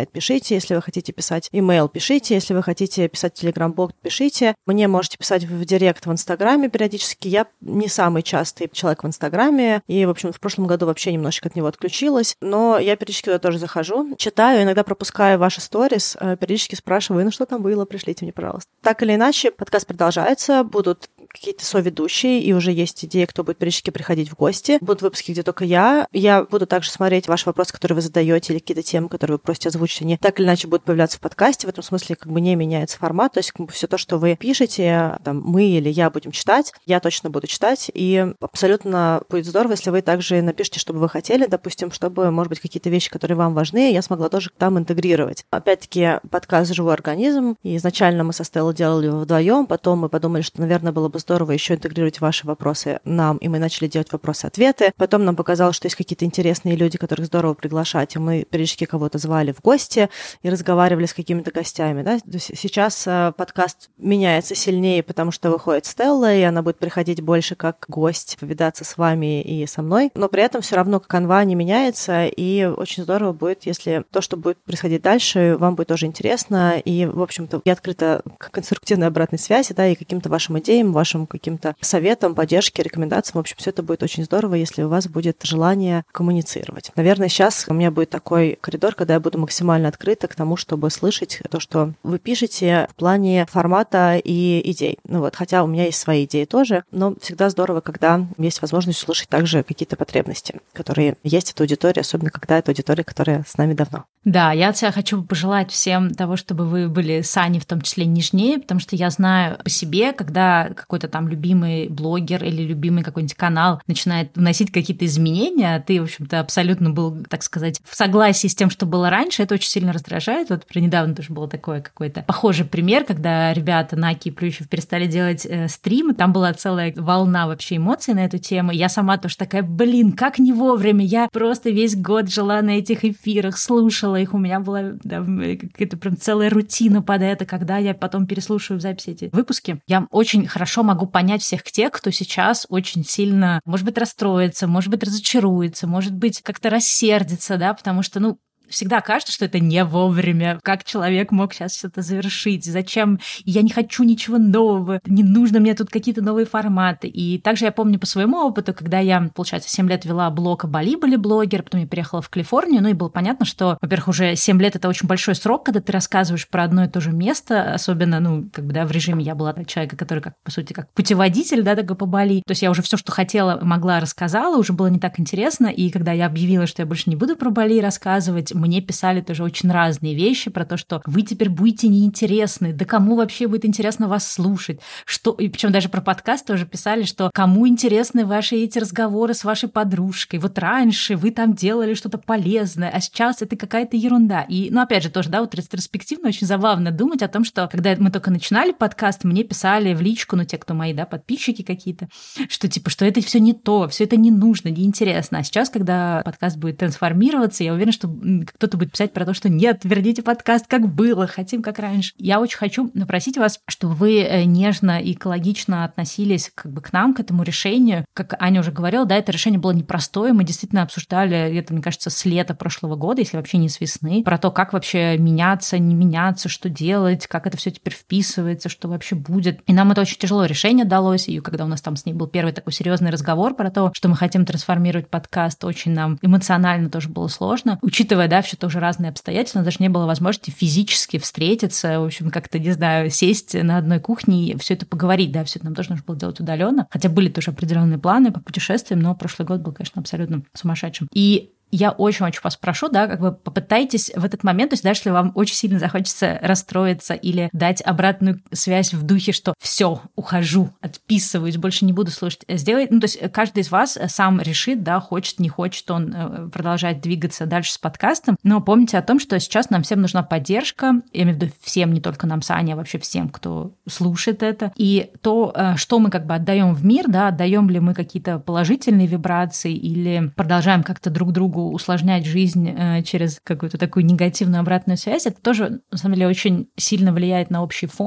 сайт, пишите. Если вы хотите писать имейл, пишите. Если вы хотите писать телеграм-блог, пишите. Мне можете писать в директ в Инстаграме периодически. Я не самый частый человек в Инстаграме. И, в общем, в прошлом году вообще немножечко от него отключилась. Но я периодически туда тоже захожу. Читаю, иногда пропускаю ваши сторис. Периодически спрашиваю, ну что там было, пришлите мне, пожалуйста. Так или иначе, подкаст продолжается. Будут какие-то соведущие, и уже есть идеи, кто будет периодически приходить в гости. Будут выпуски, где только я. Я буду также смотреть ваши вопросы, которые вы задаете, или какие-то темы, которые вы просите озвучить. Они так или иначе будут появляться в подкасте. В этом смысле как бы не меняется формат. То есть как бы все то, что вы пишете, там, мы или я будем читать, я точно буду читать. И абсолютно будет здорово, если вы также напишите, что бы вы хотели, допустим, чтобы, может быть, какие-то вещи, которые вам важны, я смогла тоже там интегрировать. Опять-таки, подкаст «Живой организм». И изначально мы со Стеллой делали его вдвоем, потом мы подумали, что, наверное, было бы здорово еще интегрировать ваши вопросы нам, и мы начали делать вопросы-ответы. Потом нам показалось, что есть какие-то интересные люди, которых здорово приглашать, и мы периодически кого-то звали в гости и разговаривали с какими-то гостями. Да? То есть сейчас подкаст меняется сильнее, потому что выходит Стелла, и она будет приходить больше как гость, повидаться с вами и со мной, но при этом все равно канва не меняется, и очень здорово будет, если то, что будет происходить дальше, вам будет тоже интересно, и, в общем-то, я открыта к конструктивной обратной связи, да, и каким-то вашим идеям, вашим каким-то советам, поддержке, рекомендациям. В общем, все это будет очень здорово, если у вас будет желание коммуницировать. Наверное, сейчас у меня будет такой коридор, когда я буду максимально открыта к тому, чтобы слышать то, что вы пишете в плане формата и идей. Ну вот, хотя у меня есть свои идеи тоже, но всегда здорово, когда есть возможность услышать также какие-то потребности, которые есть от аудитории, особенно когда это аудитория, которая с нами давно. Да, я от себя хочу пожелать всем того, чтобы вы были с Аней в том числе нежнее, потому что я знаю по себе, когда какой-то там любимый блогер или любимый какой-нибудь канал начинает вносить какие-то изменения, а ты, в общем-то, абсолютно был, так сказать, в согласии с тем, что было раньше, это очень сильно раздражает. Вот про недавно тоже был такой какой-то похожий пример, когда ребята Наки и Плющев перестали делать э, стримы, там была целая волна вообще эмоций на эту тему. Я сама тоже такая, блин, как не вовремя, я просто весь год жила на этих эфирах, слушала их, у меня была да, какая-то прям целая рутина под это, когда я потом переслушиваю в записи эти выпуски. Я очень хорошо могу понять всех тех, кто сейчас очень сильно, может быть, расстроится, может быть, разочаруется, может быть, как-то рассердится, да, потому что, ну, всегда кажется, что это не вовремя. Как человек мог сейчас что-то завершить? Зачем? Я не хочу ничего нового. Не нужно мне тут какие-то новые форматы. И также я помню по своему опыту, когда я, получается, семь лет вела блог о Бали, были блогер, потом я переехала в Калифорнию, ну и было понятно, что, во-первых, уже семь лет — это очень большой срок, когда ты рассказываешь про одно и то же место, особенно, ну, как бы, да, в режиме я была человека, который, как, по сути, как путеводитель, да, такой по Бали. То есть я уже все, что хотела, могла, рассказала, уже было не так интересно. И когда я объявила, что я больше не буду про Бали рассказывать, мне писали тоже очень разные вещи про то, что вы теперь будете неинтересны, да кому вообще будет интересно вас слушать, что, и причем даже про подкаст тоже писали, что кому интересны ваши эти разговоры с вашей подружкой, вот раньше вы там делали что-то полезное, а сейчас это какая-то ерунда. И, ну, опять же, тоже, да, вот ретроспективно очень забавно думать о том, что когда мы только начинали подкаст, мне писали в личку, ну, те, кто мои, да, подписчики какие-то, что типа, что это все не то, все это не нужно, неинтересно. А сейчас, когда подкаст будет трансформироваться, я уверена, что кто-то будет писать про то, что нет, верните подкаст, как было, хотим, как раньше. Я очень хочу попросить вас, чтобы вы нежно и экологично относились как бы к нам, к этому решению. Как Аня уже говорила, да, это решение было непростое, мы действительно обсуждали это, мне кажется, с лета прошлого года, если вообще не с весны, про то, как вообще меняться, не меняться, что делать, как это все теперь вписывается, что вообще будет. И нам это очень тяжелое решение далось, и когда у нас там с ней был первый такой серьезный разговор про то, что мы хотим трансформировать подкаст, очень нам эмоционально тоже было сложно, учитывая, да, все тоже разные обстоятельства, но даже не было возможности физически встретиться, в общем, как-то, не знаю, сесть на одной кухне и все это поговорить, да, все это нам тоже нужно было делать удаленно, хотя были тоже определенные планы по путешествиям, но прошлый год был, конечно, абсолютно сумасшедшим. И я очень-очень вас прошу, да, как бы попытайтесь в этот момент, то есть даже если вам очень сильно захочется расстроиться или дать обратную связь в духе, что все, ухожу, отписываюсь, больше не буду слушать, сделать, ну, то есть каждый из вас сам решит, да, хочет, не хочет он продолжать двигаться дальше с подкастом, но помните о том, что сейчас нам всем нужна поддержка, я имею в виду всем, не только нам с Аней, а вообще всем, кто слушает это, и то, что мы как бы отдаем в мир, да, отдаем ли мы какие-то положительные вибрации или продолжаем как-то друг другу усложнять жизнь э, через какую-то такую негативную обратную связь, это тоже, на самом деле, очень сильно влияет на общий фон.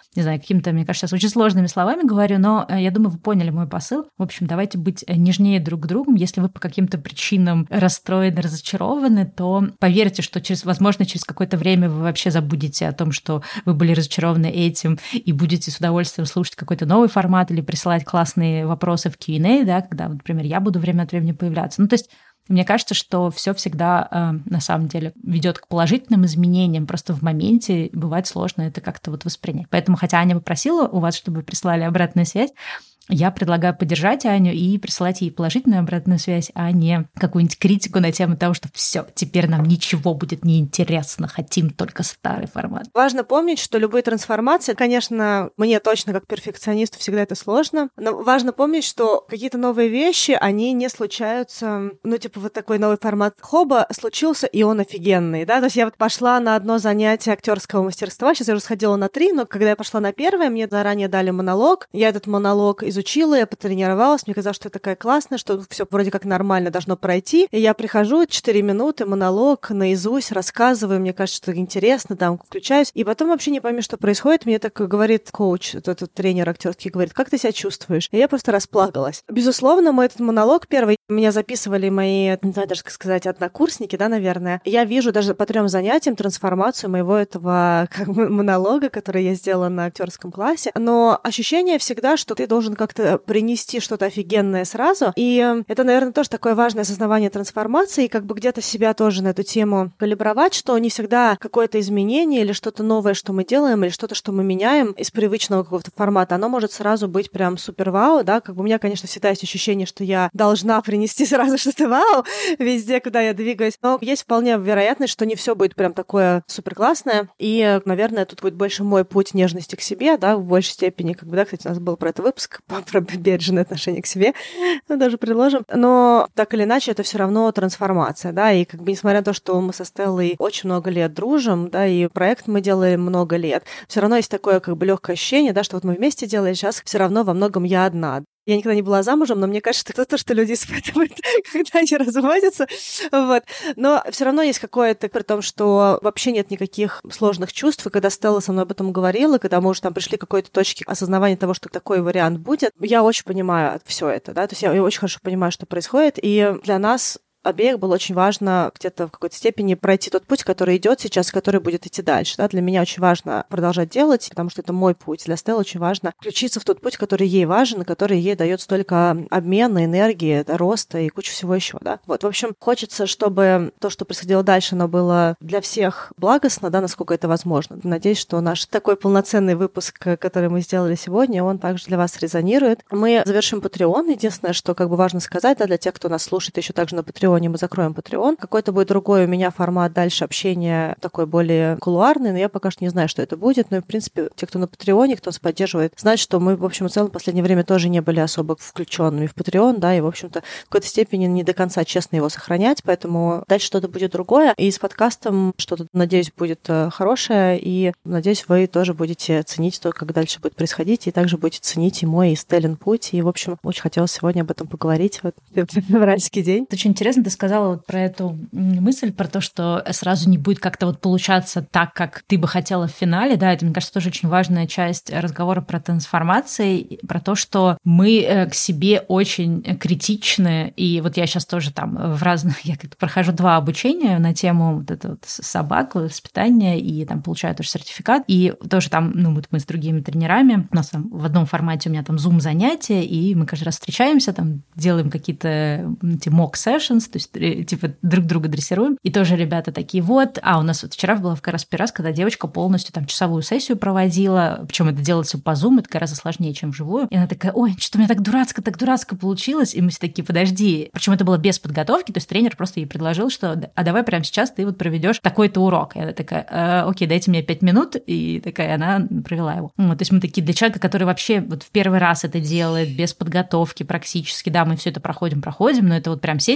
не знаю, какими-то, мне кажется, сейчас очень сложными словами говорю, но я думаю, вы поняли мой посыл. В общем, давайте быть нежнее друг к другу. Если вы по каким-то причинам расстроены, разочарованы, то поверьте, что, через, возможно, через какое-то время вы вообще забудете о том, что вы были разочарованы этим, и будете с удовольствием слушать какой-то новый формат или присылать классные вопросы в кью энд эй, да, когда, например, я буду время от времени появляться. Ну, то есть мне кажется, что все всегда э, на самом деле ведет к положительным изменениям. Просто в моменте бывает сложно это как-то вот воспринять. Поэтому, хотя Аня попросила у вас, чтобы вы прислали обратную связь, я предлагаю поддержать Аню и присылать ей положительную обратную связь, а не какую-нибудь критику на тему того, что все, теперь нам ничего будет неинтересно, хотим только старый формат. Важно помнить, что любые трансформации, конечно, мне точно как перфекционисту всегда это сложно, но важно помнить, что какие-то новые вещи, они не случаются, ну, типа вот такой новый формат хоба случился, и он офигенный, да, то есть я вот пошла на одно занятие актерского мастерства, сейчас я уже сходила на три, но когда я пошла на первое, мне заранее дали монолог, я этот монолог изучила, изучила, я потренировалась, мне казалось, что это такая классная, что все вроде как нормально должно пройти. И я прихожу, четыре минуты, монолог, наизусть, рассказываю, мне кажется, что интересно, там, включаюсь. И потом вообще не пойму, что происходит. Мне так говорит коуч, этот тренер актерский, говорит, как ты себя чувствуешь? И я просто расплакалась. Безусловно, мой этот монолог первый, меня записывали мои, не знаю даже, как сказать, однокурсники, да, наверное. Я вижу даже по трем занятиям трансформацию моего этого как бы монолога, который я сделала на актерском классе. Но ощущение всегда, что ты должен как как-то принести что-то офигенное сразу. И это, наверное, тоже такое важное осознавание трансформации, и как бы где-то себя тоже на эту тему калибровать, что не всегда какое-то изменение или что-то новое, что мы делаем, или что-то, что мы меняем из привычного какого-то формата, оно может сразу быть прям супер-вау, да, как бы у меня, конечно, всегда есть ощущение, что я должна принести сразу что-то вау везде, куда я двигаюсь, но есть вполне вероятность, что не все будет прям такое супер-классное, и, наверное, тут будет больше мой путь нежности к себе, да, в большей степени, как бы, да, кстати, у нас был про это выпуск, про бережное отношение к себе, ну, даже приложим. Но так или иначе, это все равно трансформация, да, и как бы несмотря на то, что мы со Стеллой очень много лет дружим, да, и проект мы делаем много лет, все равно есть такое как бы легкое ощущение, да, что вот мы вместе делаем, сейчас все равно во многом я одна. Я никогда не была замужем, но мне кажется, это то, что люди испытывают, когда они разводятся. Вот. Но все равно есть какое-то, при том, что вообще нет никаких сложных чувств. И когда Стелла со мной об этом говорила, когда мы уже там пришли к какой-то точке осознавания того, что такой вариант будет, я очень понимаю все это, да, то есть я очень хорошо понимаю, что происходит. И для нас обеих было очень важно где-то в какой-то степени пройти тот путь, который идет сейчас, который будет идти дальше. Да? Для меня очень важно продолжать делать, потому что это мой путь. Для Стеллы очень важно включиться в тот путь, который ей важен, и который ей дает столько обмена, энергии, да, роста и кучу всего еще. Да? Вот, в общем, хочется, чтобы то, что происходило дальше, оно было для всех благостно, да, насколько это возможно. Надеюсь, что наш такой полноценный выпуск, который мы сделали сегодня, он также для вас резонирует. Мы завершим Patreon. Единственное, что как бы важно сказать, да, для тех, кто нас слушает еще также на Patreon, мы закроем Patreon. Какой-то будет другой у меня формат дальше общения, такой более кулуарный, но я пока что не знаю, что это будет. Но, и, в принципе, те, кто на Patreon, кто нас поддерживает, знают, что мы, в общем и целом, в последнее время тоже не были особо включенными в Patreon, да, и, в общем-то, в какой-то степени не до конца честно его сохранять, поэтому дальше что-то будет другое. И с подкастом что-то, надеюсь, будет хорошее, и, надеюсь, вы тоже будете ценить то, как дальше будет происходить, и также будете ценить и мой, и Стеллин путь. И, в общем, очень хотелось сегодня об этом поговорить в этот февральский день. Это очень интересно, ты сказала вот про эту мысль, про то, что сразу не будет как-то вот получаться так, как ты бы хотела в финале, да, это, мне кажется, тоже очень важная часть разговора про трансформации, про то, что мы к себе очень критичны, и вот я сейчас тоже там в разных, я как-то прохожу два обучения на тему вот этого вот собак, воспитания, и там получаю тоже сертификат, и тоже там, ну, вот мы с другими тренерами, у нас там в одном формате у меня там зум-занятия, и мы каждый раз встречаемся, там делаем какие-то эти mock-sessions, то есть типа друг друга дрессируем. И тоже ребята такие, вот, а у нас вот вчера была как раз первый раз, когда девочка полностью там часовую сессию проводила, причем это делается по Zoom, это гораздо сложнее, чем вживую. И она такая, ой, что у меня так дурацко, так дурацко получилось. И мы все такие, подожди. Причем это было без подготовки, то есть тренер просто ей предложил, что а давай прямо сейчас ты вот проведешь такой-то урок. И она такая, э, окей, дайте мне пять минут. И такая она провела его. Вот, то есть мы такие, для человека, который вообще вот в первый раз это делает, без подготовки практически, да, мы все это проходим, проходим, но это вот прям сесть и сходу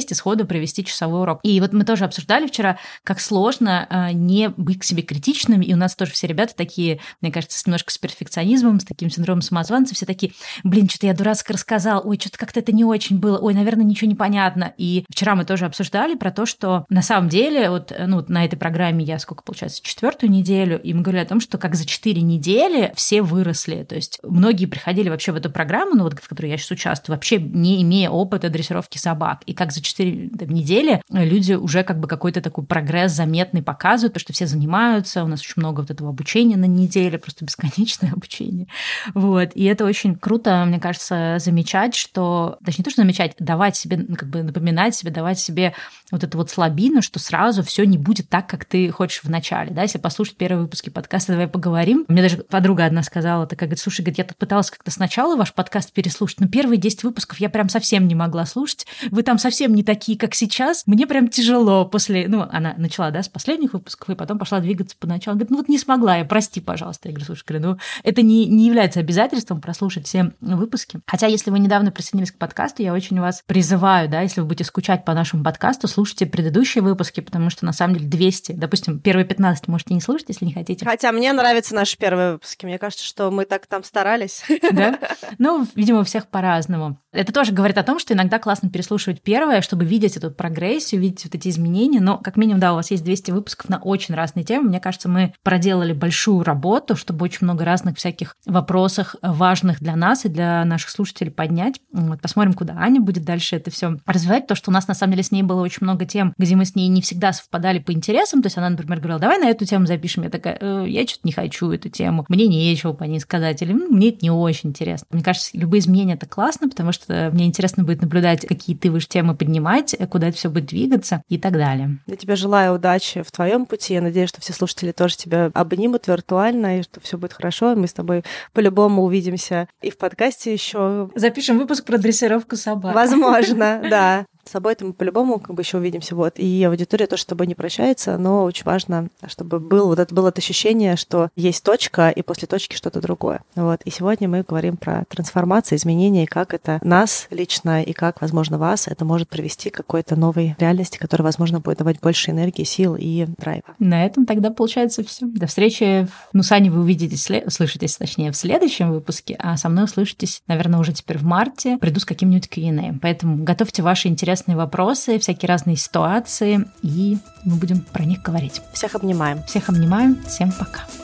правда провести часовой урок. И вот мы тоже обсуждали вчера, как сложно э, не быть к себе критичным, и у нас тоже все ребята такие, мне кажется, с немножко с перфекционизмом, с таким синдромом самозванца, все такие, блин, что-то я дурацко рассказал, ой, что-то как-то это не очень было, ой, наверное, ничего не понятно. И вчера мы тоже обсуждали про то, что на самом деле, вот ну, на этой программе я сколько, получается, четвертую неделю, и мы говорили о том, что как за четыре недели все выросли. То есть многие приходили вообще в эту программу, ну вот в которой я сейчас участвую, вообще не имея опыта дрессировки собак. И как за четыре недели люди уже как бы какой-то такой прогресс заметный показывают, потому что все занимаются, у нас очень много вот этого обучения на неделе, просто бесконечное обучение. Вот. И это очень круто, мне кажется, замечать, что, даже не то, что замечать, давать себе, как бы напоминать себе, давать себе вот эту вот слабину, что сразу все не будет так, как ты хочешь в начале. Да? Если послушать первые выпуски подкаста «Давай поговорим», мне даже подруга одна сказала, такая, говорит, слушай, говорит, я тут пыталась как-то сначала ваш подкаст переслушать, но первые десять выпусков я прям совсем не могла слушать, вы там совсем не такие, как сейчас, мне прям тяжело после... Ну, она начала, да, с последних выпусков, и потом пошла двигаться по началу. Говорит, ну вот не смогла я, прости, пожалуйста. Я говорю, слушай, говорю, ну это не, не является обязательством прослушать все выпуски. Хотя, если вы недавно присоединились к подкасту, я очень вас призываю, да, если вы будете скучать по нашему подкасту, слушайте предыдущие выпуски, потому что, на самом деле, двести, допустим, первые пятнадцать можете не слушать, если не хотите. Хотя мне нравятся наши первые выпуски. Мне кажется, что мы так там старались. Да? Ну, видимо, у всех по-разному. Это тоже говорит о том, что иногда классно переслушивать первое, чтобы видеть эту прогрессию, видеть вот эти изменения. Но, как минимум, да, у вас есть двести выпусков на очень разные темы. Мне кажется, мы проделали большую работу, чтобы очень много разных всяких вопросов важных для нас и для наших слушателей поднять. Вот, посмотрим, куда Аня будет дальше это все развивать. То, что у нас, на самом деле, с ней было очень много тем, где мы с ней не всегда совпадали по интересам. То есть она, например, говорила, давай на эту тему запишем. Я такая, э, я что-то не хочу эту тему, мне нечего по ней сказать, или ну, мне это не очень интересно. Мне кажется, любые изменения — это классно, потому что мне интересно будет наблюдать, какие ты будешь темы поднимать, куда это все будет двигаться и так далее. Я тебе желаю удачи в твоем пути. Я надеюсь, что все слушатели тоже тебя обнимут виртуально, и что все будет хорошо. Мы с тобой по-любому увидимся и в подкасте еще. Запишем выпуск про дрессировку собак. Возможно, да. С собой-то мы по-любому как бы еще увидимся. Вот. И аудитория тоже с тобой не прощается, но очень важно, чтобы был, вот это, было это ощущение, что есть точка, и после точки что-то другое. Вот. И сегодня мы говорим про трансформацию, изменения, и как это нас лично, и как, возможно, вас это может привести к какой-то новой реальности, которая, возможно, будет давать больше энергии, сил и драйва. На этом тогда получается все. До встречи. Ну, с Аней вы увидитесь, услышитесь, точнее, в следующем выпуске, а со мной услышитесь, наверное, уже теперь в марте. Приду с каким-нибудь кью энд эй. Поэтому готовьте ваши интересные вопросы, всякие разные ситуации, и мы будем про них говорить. Всех обнимаем. Всех обнимаем. Всем пока.